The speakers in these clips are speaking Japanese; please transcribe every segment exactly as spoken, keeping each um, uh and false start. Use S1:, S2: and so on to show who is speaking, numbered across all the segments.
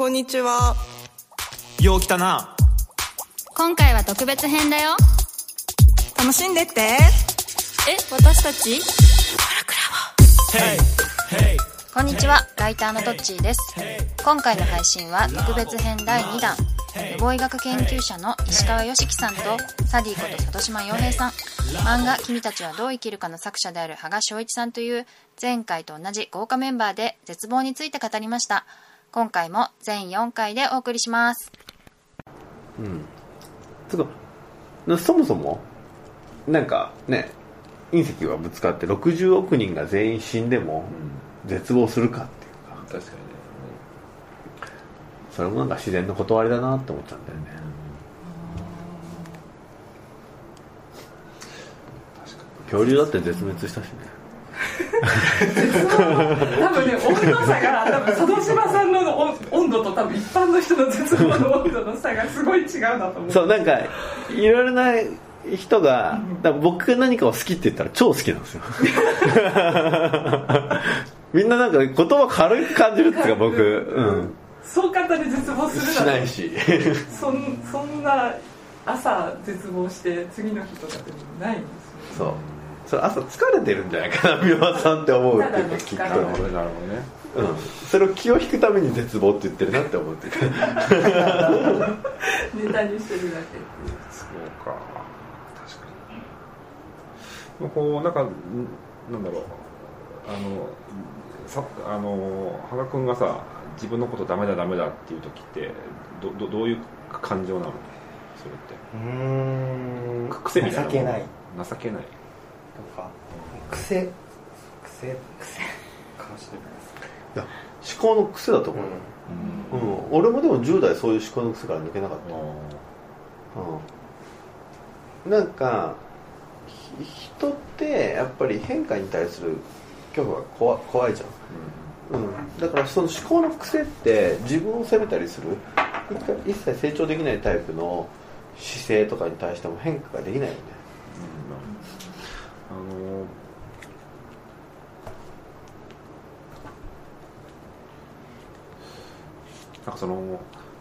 S1: こんにちは。
S2: よう来たな。
S3: 今回は特別編だよ。
S1: 楽しんでって。え、
S3: 私たち
S2: ヘイヘイ。
S3: こんにちは、ライターのトッチーです。今回の配信は特別編だいにだん、予防医学研究者の石川良樹さんとサディこと里島洋平さん、漫画君たちはどう生きるかの作者である羽賀翔一さんという前回と同じ豪華メンバーで絶望について語りました。今回も全よんかいでお送りします。
S4: うん。つかそもそもなんかね、隕石がぶつかってろくじゅうおくにんが全員死んでも絶望するかっていうか、
S5: 確かにね、
S4: それもなんか自然の断りだなって思っちゃうんだよね。確かに恐竜だって絶滅したしね。
S1: 多分ね、温度差が多分佐渡島さんの温度と多分一般の人の絶望の温度の差がすごい違うなと思う。
S4: そう、なんかいろいろな人が、だから僕が何かを好きって言ったら超好きなんですよ。みんななんか言葉軽く感じるっていうか、僕、うん、
S1: そう簡単に絶望する
S4: しないし
S1: そん、そんな朝絶望して次の日とかってないんですよ。
S4: そう、それ朝疲れてるんじゃないかな、美輪さんって思うっていうか、きっと。
S5: なるほどね、
S4: うん、それを気を引くために絶望って言ってるなって思ってて。ネタ
S1: にしてるだけっていう。
S5: そうか、確かに。こうなんかなんだろう、あのさあの羽賀君がさ、自分のことダメだダメだっていう時ってどどどういう感情なの？それって。
S6: うーん。
S5: 癖みたいな。
S6: 情けない。
S5: 情けない。
S6: とか癖癖癖かもしれないです。
S4: いや、思考の癖だと思うよ、うんうん、俺もでもじゅう代そういう思考の癖から抜けなかった、うん、なんか人ってやっぱり変化に対する恐怖が 怖, 怖いじゃん、うんうん、だからその思考の癖って自分を責めたりする、一切成長できないタイプの姿勢とかに対しても変化ができないよね、
S5: うん、あのなんかその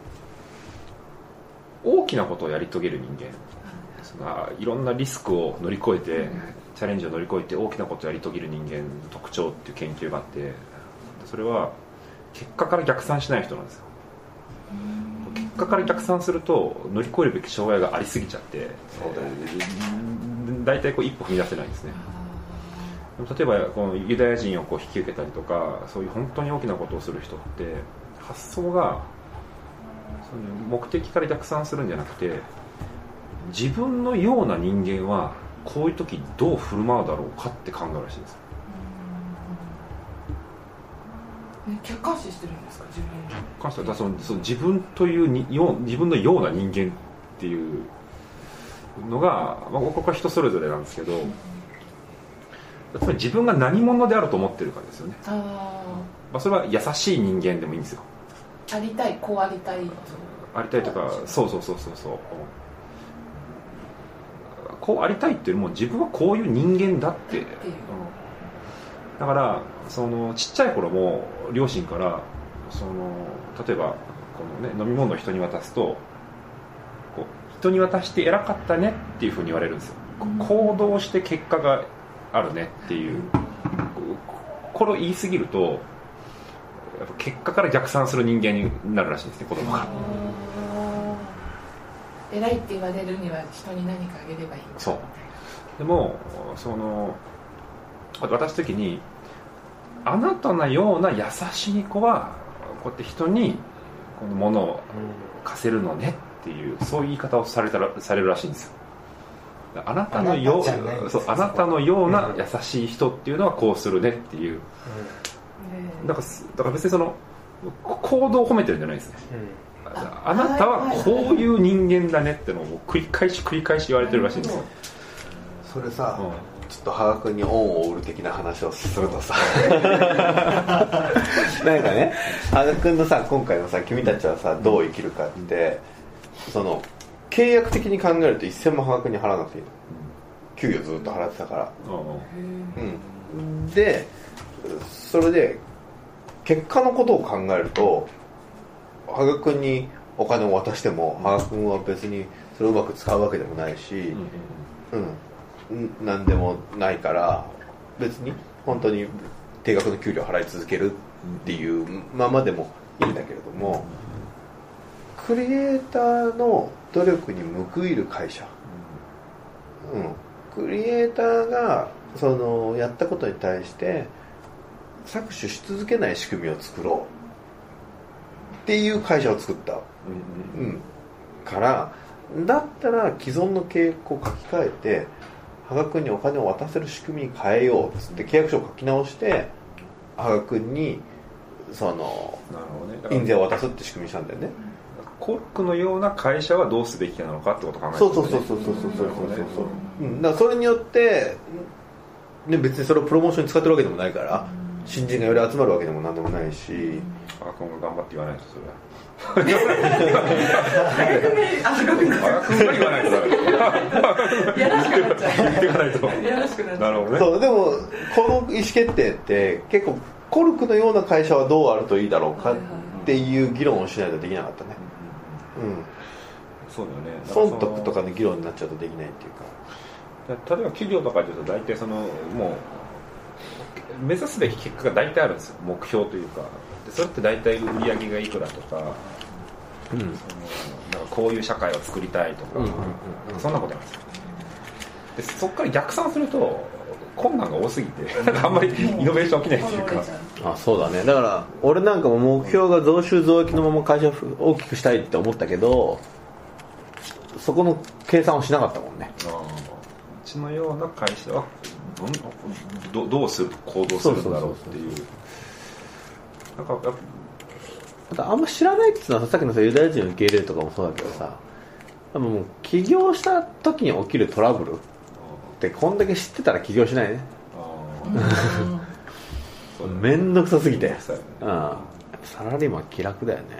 S5: 大きなことをやり遂げる人間、そのいろんなリスクを乗り越えて、チャレンジを乗り越えて大きなことをやり遂げる人間の特徴っていう研究があって、それは結果から逆算しない人なんですよ。結果から逆算すると乗り越えるべき障害がありすぎちゃって、だいたいこう一歩踏み出せないんですね。例えばこのユダヤ人をこう引き受けたりとか、そういう本当に大きなことをする人って発想がその目的から逆算するんじゃなくて、自分のような人間はこういう時どう振る舞うだろうかって考えるらしいんです。
S1: え、客観視してるんですか、自分。
S5: 客観視だ、そのその自分というによう自分のような人間っていうのが、まあ、ここは人それぞれなんですけど、つまり自分が何者であると思ってるかですよね。
S1: あ、
S5: まあ、それは優しい人間でもいいんですよ。
S1: ありたい、こうありたい、
S5: ありたいとか、そうそうそうそうそう、こうありたいっていうのも自分はこういう人間だって、うん、だからそのちっちゃい頃も両親からその例えばこの、ね、飲み物を人に渡すと、こう人に渡して偉かったねっていうふうに言われるんですよ、うん、行動して結果があるねっていう、うん、これを言い過ぎるとやっぱ結果から逆算する人間になるらしいんですね、子供が。
S1: 偉いって言われるには人に何かあげればいい。
S5: そう。でもその渡す時に、あなたのような優しい子はこうやって人にこの物を貸せるのねっていう、そういう言い方をされたらされるらしいんですよ。あなたのよう、そう、あなたのような優しい人っていうのはこうするねっていう、うん、だからだから別にその行動を褒めてるんじゃないですね、うん、あ, あなたはこういう人間だねってのを繰り返し繰り返し言われてるらしいんですよ。
S4: それさ、うん、ちょっと羽賀君に恩を売る的な話をするとさなんかね、羽賀君のさ、今回のさ、君たちはさどう生きるかって、その契約的に考えるとせんまん羽賀君に払わなくていいの、給与ずっと払ってたから、うん、でそれで結果のことを考えると、 羽賀君にお金を渡しても羽賀君は別にそれをうまく使うわけでもないし、うん、うん、なんでもないから別に本当に定額の給料を払い続けるっていうままでもいいんだけれども、クリエイターの努力に報いる会社、うん、クリエイターがそのやったことに対して搾取し続けない仕組みを作ろうっていう会社を作った、うんうん、からだったら既存の契約を書き換えて羽賀君にお金を渡せる仕組みに変えようっつって契約書を書き直して羽賀君にその印税を渡すって仕組みにしたんだよね。
S5: コルクのような会社はどうすべきなのかってことを考えてる、ね、
S4: そうそうそうそうそうそうそうそうそう、うん、だからそれによって、ね、別にそれをプロモーションに使ってるわけでもないから新人がより集まるわけでもなんでもないし、
S5: 羽賀君が頑張って言わないとそれは
S1: 羽賀君が羽賀君
S5: が言わないとダメ
S1: やらしくなっちゃう
S5: 言っていかないと
S1: やらしくなっちゃう。
S5: なるほどね。
S4: そうでもこの意思決定って結構コルクのような会社はどうあるといいだろうかっていう議論をしないとできなかったね。うん、
S5: そうだよね。
S4: 損得とかの議論になっちゃうとできないっていう
S5: か。例えば企業とかでいうと大体そのもう目指すべき結果が大体あるんですよ。目標というか。でそれって大体売り上げがいくらとか、うん、そのなんかこういう社会を作りたいとか、うんうんうん、そんなことなんですよ。でそこから逆算すると困難が多すぎてなんかあんまりイノベーション起きないっていうか。
S4: あ、そうだね。だから俺なんかも目標が増収増益のまま会社を大きくしたいって思ったけどそこの計算をしなかったもんね。
S5: あうちのような会社はど ど, どうする行動するんだろうっていうなんかやっ
S4: ぱあんま知らないっていうのはさっきのさユダヤ人の受け入れるとかもそうだけどさもう起業した時に起きるトラブルってこんだけ知ってたら起業しないね。めんどくさすぎて、うん、サラリーマン気楽だよね、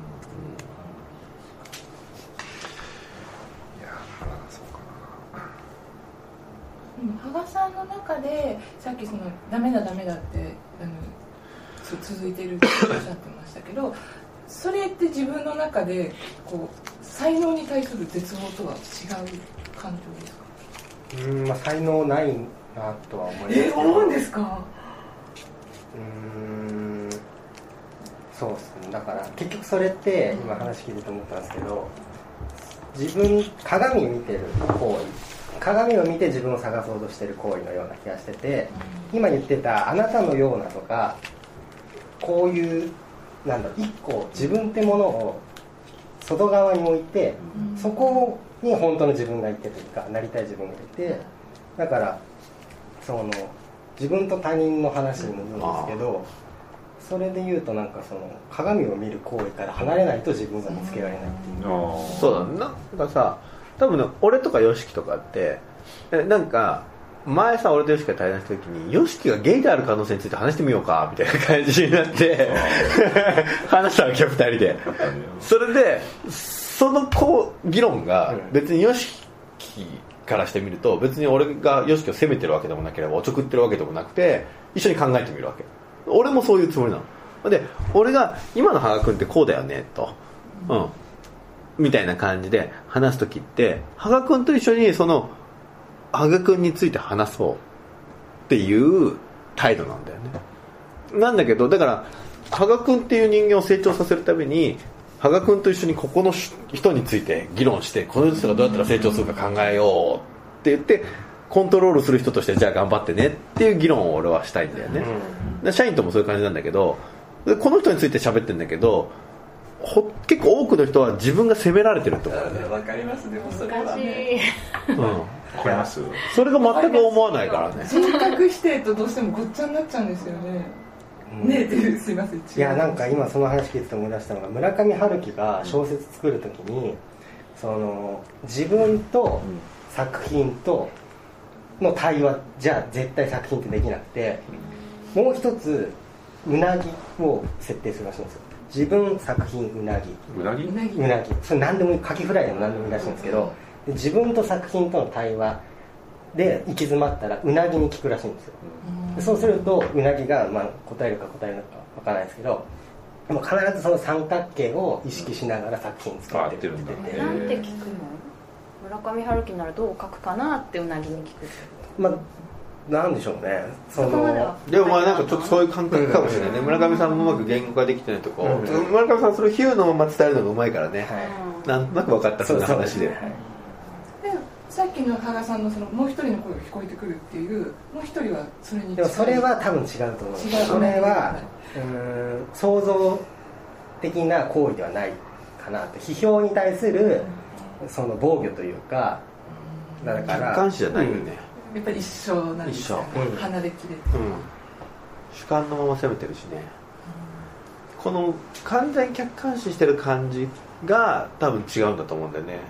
S5: うん、いやそうか
S1: な。羽賀さんの中でさっきそのダメだダメだってあの続いてるっておっしゃってましたけどそれって自分の中でこう才能に対する絶望とは違う感情ですか？
S6: うん、まあ、才能ないなとは思いますけど。
S1: えー、思うんですか？
S6: うーん、そうですね。だから結局それって今話聞いてて思ったんですけど自分鏡を見てる行為鏡を見て自分を探そうとしてる行為のような気がしてて今言ってたあなたのようなとかこういうなんだろう一個自分ってものを外側に置いてそこに本当の自分がいてというかなりたい自分がいてだからその自分と他人の話になるんですけどそれで言うとなんかその鏡を見る行為から離れないと自分が見つけられないっていう
S4: そうだね。なんかさ多分ね俺とかヨシキとかってなんか前さ俺とヨシキが対談した時にヨシキがゲイである可能性について話してみようかみたいな感じになって話したわけよふたりでそれでそのこう議論が別にヨシキからしてみると別に俺がヨシキを責めてるわけでもなければおちょくってるわけでもなくて一緒に考えてみるわけ。俺もそういうつもりなので俺が今の羽賀君ってこうだよねと、うん、みたいな感じで話す時って羽賀君と一緒にその羽賀君について話そうっていう態度なんだよね。なんだけどだから羽賀君っていう人間を成長させるために羽賀君と一緒にここの人について議論してこの人がどうやったら成長するか考えようって言ってコントロールする人としてじゃあ頑張ってねっていう議論を俺はしたいんだよね、うん、社員ともそういう感じなんだけどこの人について喋ってるんだけどほ結構多くの人は自分が責められてるって思うんだよね。
S1: わかります。でもそれはね
S4: うんわかります。それが全く思わないからね。
S1: 人格否定とどうしてもごっちゃになっちゃうんですよね、うん、ねえっていうすいません。い
S6: やなんか今その話聞いてて思い出したのが村上春樹が小説作るときにその自分と作品との対話じゃ絶対作品ってできなくてもう一つうなぎを設定するらしいんですよ。自分作品うなぎ
S5: うなぎ
S6: うなぎそれ何でもいいカキフライでも何でもいいらしいんですけどで自分と作品との対話で行き詰まったらうなぎに聞くらしいんですよ。でそうするとうなぎが、まあ、答えるか答えるかわからないですけどもう必ずその三角形を意識しながら作品作ってるって言ってて、
S3: なんて聞くの？村上春樹ならどう書くかなってうなぎに聞く。
S6: まあなんでしょうね。その
S4: でもまあなんかちょっとそういう感覚かもしれないね。村上さんもうまく言語化できてないとこ、うん、村上さんそれを比喩のまま伝えるのがうまいからね、はい、なんとなく分かったそんな話で。
S1: さっきの羽賀さんのそのもう一人の声が聞こえてくるっていうもう一人はそれに近い。
S6: でもそれは多分違うと思う。違う。それはうーん創造的な行為ではないかなって。批評に対するその防御というか、だから
S4: 客観視じゃないよね。
S1: やっぱり一緒なんですよね。
S4: うん、
S1: 離れきれて、
S4: うん、主観のまま攻めてるしね、うん、この完全に客観視してる感じが多分違うんだと思うんだよね。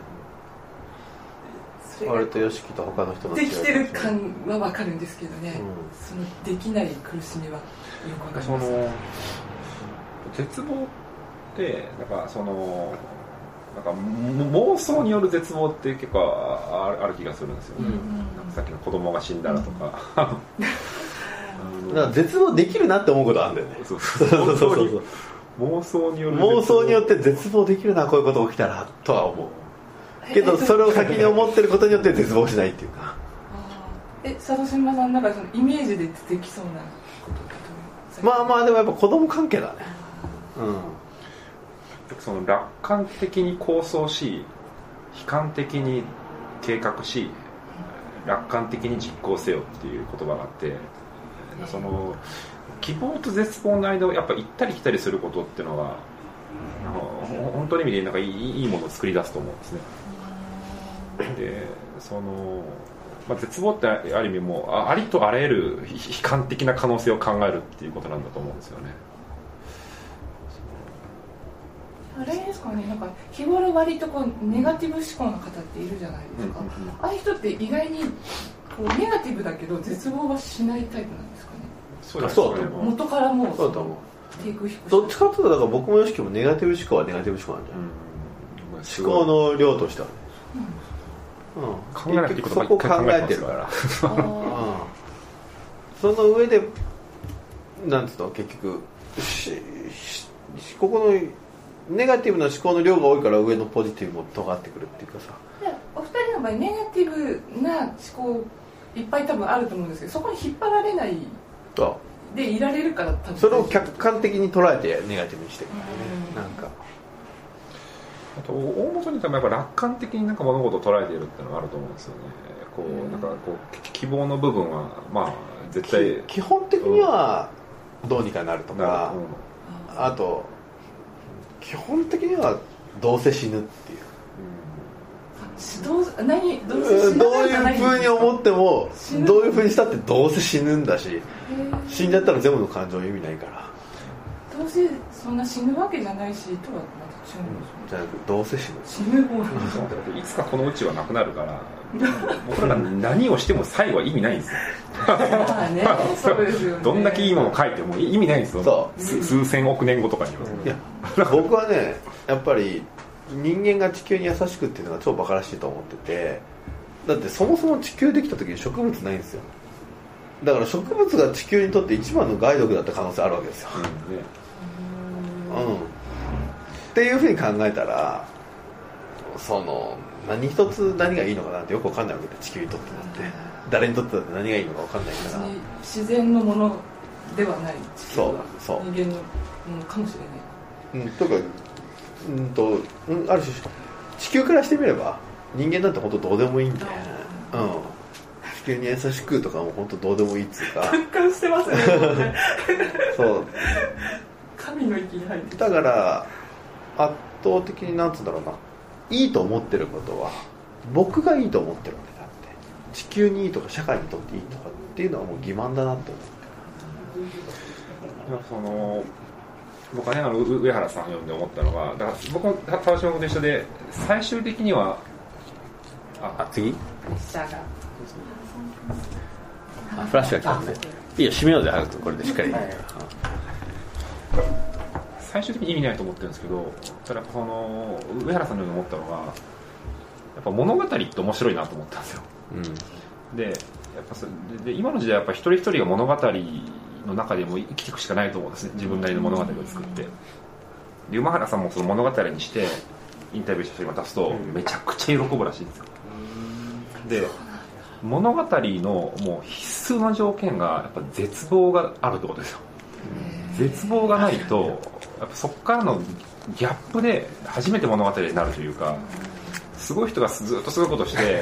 S4: 俺と吉木と他の人の違い
S1: できてる感は分かるんですけどね、うん、そのできない苦しみはよく分かります。
S5: その絶望ってなんかそのなんか妄想による絶望って結構ある気がするんですよね、うん、なんかさっきの子供が死んだらとか、
S4: うん、だから絶望できるなって思うことあるんだよね。
S5: そうそうそうそうそう妄想による
S4: 妄想によって絶望できるなこういうこと起きたらとは思うけど、それを先に思ってることによって絶望しないっていうか。
S1: え、佐渡島さんの中でそのイメージで出てきそうなこと
S4: まあまあでもやっぱ子供関係だね。うん。
S5: その楽観的に構想し悲観的に計画し楽観的に実行せよっていう言葉があって、その希望と絶望の間をやっぱ行ったり来たりすることっていうのがあの本当の意味でなんかいい、いいものを作り出すと思うんですね。でその、まあ、絶望ってある意味もう あ, ありとあらゆる悲観的な可能性を考えるっていうことなんだと思うんですよね。
S1: あれですかね、なんか日頃割とこうネガティブ思考の方っているじゃないですか、うんうんうん、ああいう人って意外にこうネガティブだけど絶望はしないタイプなんですかね。
S4: そうだそうだと思う。
S1: 元からもう
S4: そうだと思う。どっちかというとだから僕もよしきもネガティブ思考はネガティブ思考なんじゃない、うん、思考の量としてはね、うんうん、
S5: 考えなくていいことばっ
S4: そこ考えてるからうん、その上でなんつうの結局ここのネガティブな思考の量が多いから上のポジティブも尖ってくるっていうかさ。
S1: お二人の場合ネガティブな思考いっぱい多分あると思うんですけど、そこに引っ張られないでいられるから多分
S4: それを客観的に捉えてネガティブにしてるからね。なんか
S5: あと大元に多分やっぱ楽観的になんか物事を捉えているっていうのがあると思うんですよね。こうなんかこう希望の部分はまあ絶対
S4: 基本的にはどうにかなるとか、うん、あと基本的にはどうせ死ぬっていう、
S1: どう何どうせ死ぬ
S4: どういう風に思ってもどういう風にしたってどうせ死ぬんだし、死んじゃったら全部の感情意味ないから、
S1: どうせそんな死ぬわけじゃないしとはまた違うんでしょう、
S4: じゃなくどうせ死ぬ
S1: 死ぬ方
S5: いつかこの宇宙はなくなるから僕らが何をしても最後は意味ないんですよ
S1: まあね、そうですよね。
S5: どんだけいいものを書いても意味ないんですよ。
S4: そう
S5: 数千億年後とかには、
S4: いや僕はねやっぱり人間が地球に優しくっていうのが超バカらしいと思ってて、だってそもそも地球できた時に植物ないんですよ。だから植物が地球にとって一番の害毒だった可能性あるわけですよ、うんねうん、っていうふうに考えたらその何一つ何がいいのかなってよく分かんないわけで、地球にとってだって誰にとってだって何がいいのか分かんないから、
S1: 自然のものではない地球は
S4: そうそう
S1: 人間のものかもしれない、
S4: うん、とかうんと、うん、ある種地球からしてみれば人間なんて本当どうでもいいんで、うん、地球に優しくとかも本当どうでもいいっつうか
S1: 達観してますね
S4: そう
S1: 神の域に入って
S4: だから圧倒的になんつうんだろうな、いいと思ってることは僕がいいと思ってるわけだって、地球にいいとか社会にとっていいとかっていうのはもう欺瞞だなって思って。
S5: その僕はね、あの上原さんを読んで思ったのが、だから僕も川島君と一緒で最終的には
S4: ああ次
S1: シャガ
S4: あフラッシュが来たね。いいよ閉めようぜ早くこれでしっかり、はい、
S5: 最終的に意味ないと思ってるんですけど、ただその上原さんのように思ったのがやっぱ物語って面白いなと思ったんですよ、うん、でやっぱそれ で, で今の時代やっぱ一人一人が物語の中でも生きていくしかないと思うんですね。自分なりの物語を作って、 で馬原さんもその物語にしてインタビューした人が出すとめちゃくちゃ喜ぶらしいんですよ。で物語のもう必須な条件がやっぱ絶望があるってことですよ。絶望がないとやっぱそこからのギャップで初めて物語になるというか、すごい人がずっとすごいことして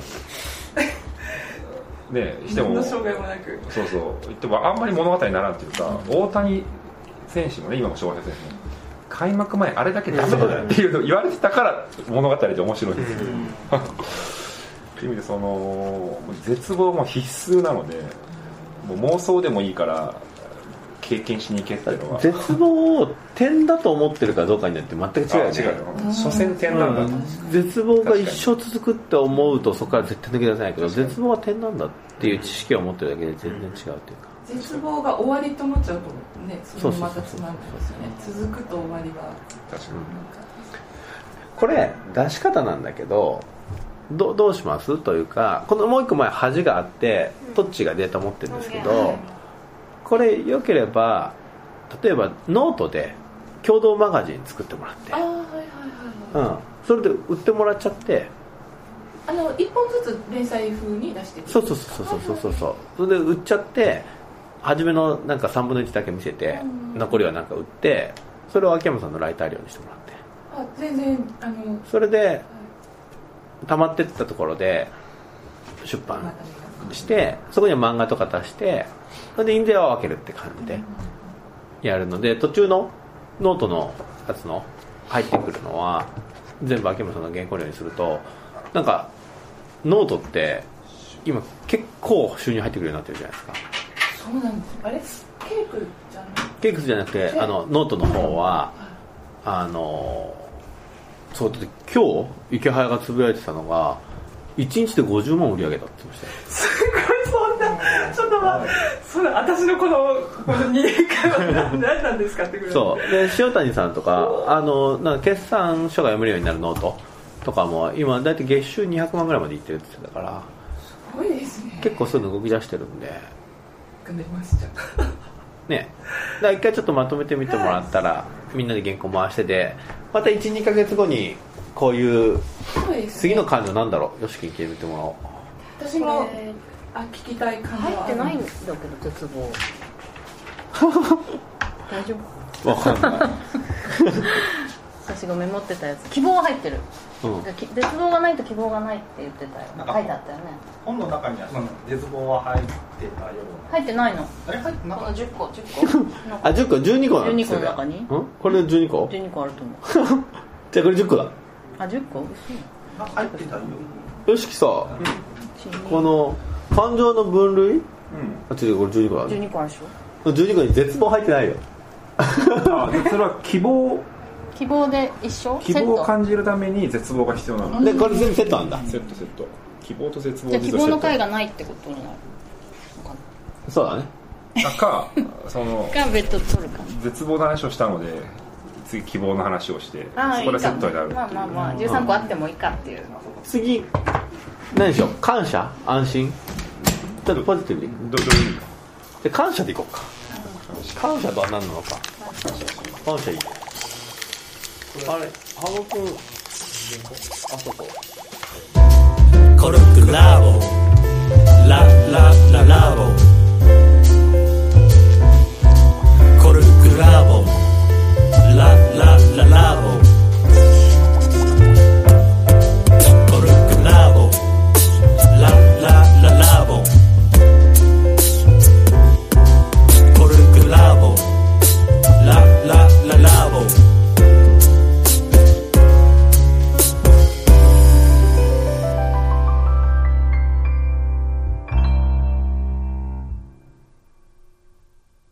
S5: ね、しても
S1: 何の障害もなく、
S5: そうそう言ってもあんまり物語にならんというか、大谷選手もね、今も翔平選手も開幕前あれだけダメだっていうのを言われてたから物語で面白いんですよという意味でその絶望も必須なので、もう妄想でもいいから経験しに行けっていうのは、
S4: 絶望を点だと思ってるかどうかによって全く違うよね。
S5: 違うよ、所詮点なんだと、うん、
S4: 絶望が一生続くって思うとそこから絶対抜け出せないけど、絶望は点なんだっていう知識を持ってるだけで全然違うっていうか、
S1: 絶望が終わりと思っちゃうとね、それもまたつまんないですよね。続くと終わりは
S5: 確かに。
S4: これ出し方なんだけど、ど, どうしますというか、このもう一個前恥があってトッチがデータ持ってるんですけど、これ良ければ例えばノートで共同マガジン作ってもらって、あ、はいはいはいはい、うん、それで売ってもらっちゃって、
S1: あのいっぽんずつ連載風に出してる。
S4: そうそうそうそうそうそうそう、それで売っちゃって、初めのなんかさんぶんのいちだけ見せて、うん、残りはなんか売って、それを秋山さんのライター料にしてもらって、
S1: あ、全然あの
S4: それで溜まってったところで出版して、そこには漫画とか足して、それで印税は分けるって感じでやるので、途中のノートのやつの入ってくるのは全部秋山さんの原稿料にすると、なんかノートって今結構収入入ってくるようになってるじゃないですか。
S1: そうなんです。あれケークじゃなくて
S4: ケークじゃなくて、あのノートの方はあのそうだって今日池早がつぶやいてたのがいちにちでごじゅうまん売り上げたって言ってましたよ。
S1: すごい、そんなちょっとまあ、それ私のこのこのにねんかんは何なんですかってぐらい。
S4: そうで、塩谷さんとかあのなんか決算書が読めるようになるノートとかも今だいたい月収にひゃくまんぐらいまでいってるって言ってたから、
S1: すごいですね。
S4: 結構そういうの動き出してるんで
S1: 頑張りますじゃあ
S4: ね。だから一回ちょっとまとめてみてもらったら、みんなで原稿回してで、また いちにかげつごにこういう次の感情なんだろう、よしきに聞いてみてもらおう。
S1: 私もあ聞きたい感じ
S3: 入ってないんだけど絶望大丈夫？
S4: わかんない
S3: 私がメモってたやつ、希望は入ってる、うん、絶望がないと希望がないって言ってたよ、書いてあったよね。
S7: 本の中には絶望は入ってたような。
S3: 入ってないの？
S7: あれ入ってなかった？
S3: じゅっこじゅっこ
S4: あ、じゅっこ、じゅうにこなんですよ。
S3: じゅうにこの中に？
S4: ん？これじゅうにこ？
S3: じゅうにこあると思う
S4: じゃあこれじゅっこだ。
S3: あ、じゅっこ？
S7: 入ってたよ。
S4: よしきさ、うん、この感情の分類、うん、あ、違う、これじゅうにこだね。
S3: じゅうにこあるでしょ。
S4: じゅうにこに絶望入ってないよ
S5: あ、それは希望
S3: 希望で一緒？
S5: 希望を感じるために絶望が必要なの
S4: で、これ全部セットなんだ。
S5: セットセット、希望と絶望。
S3: じゃあ希望の回がないってことになるのかな。
S4: そうだね。
S5: かその
S3: か別途取るか。
S5: 絶望の話をしたので次希望の話をして、
S3: あ、
S5: そこでセットになる。
S3: まあまあまあじゅうさんこあってもいいかっていう。
S4: 次何でしょう、感謝、安心、ちょっとポジティブに
S5: どどういう意味か
S4: で、感謝でいこうか。感謝とは何なのか。感謝いい。あれ、羽野くん、あそこ
S2: コルクラボララララボ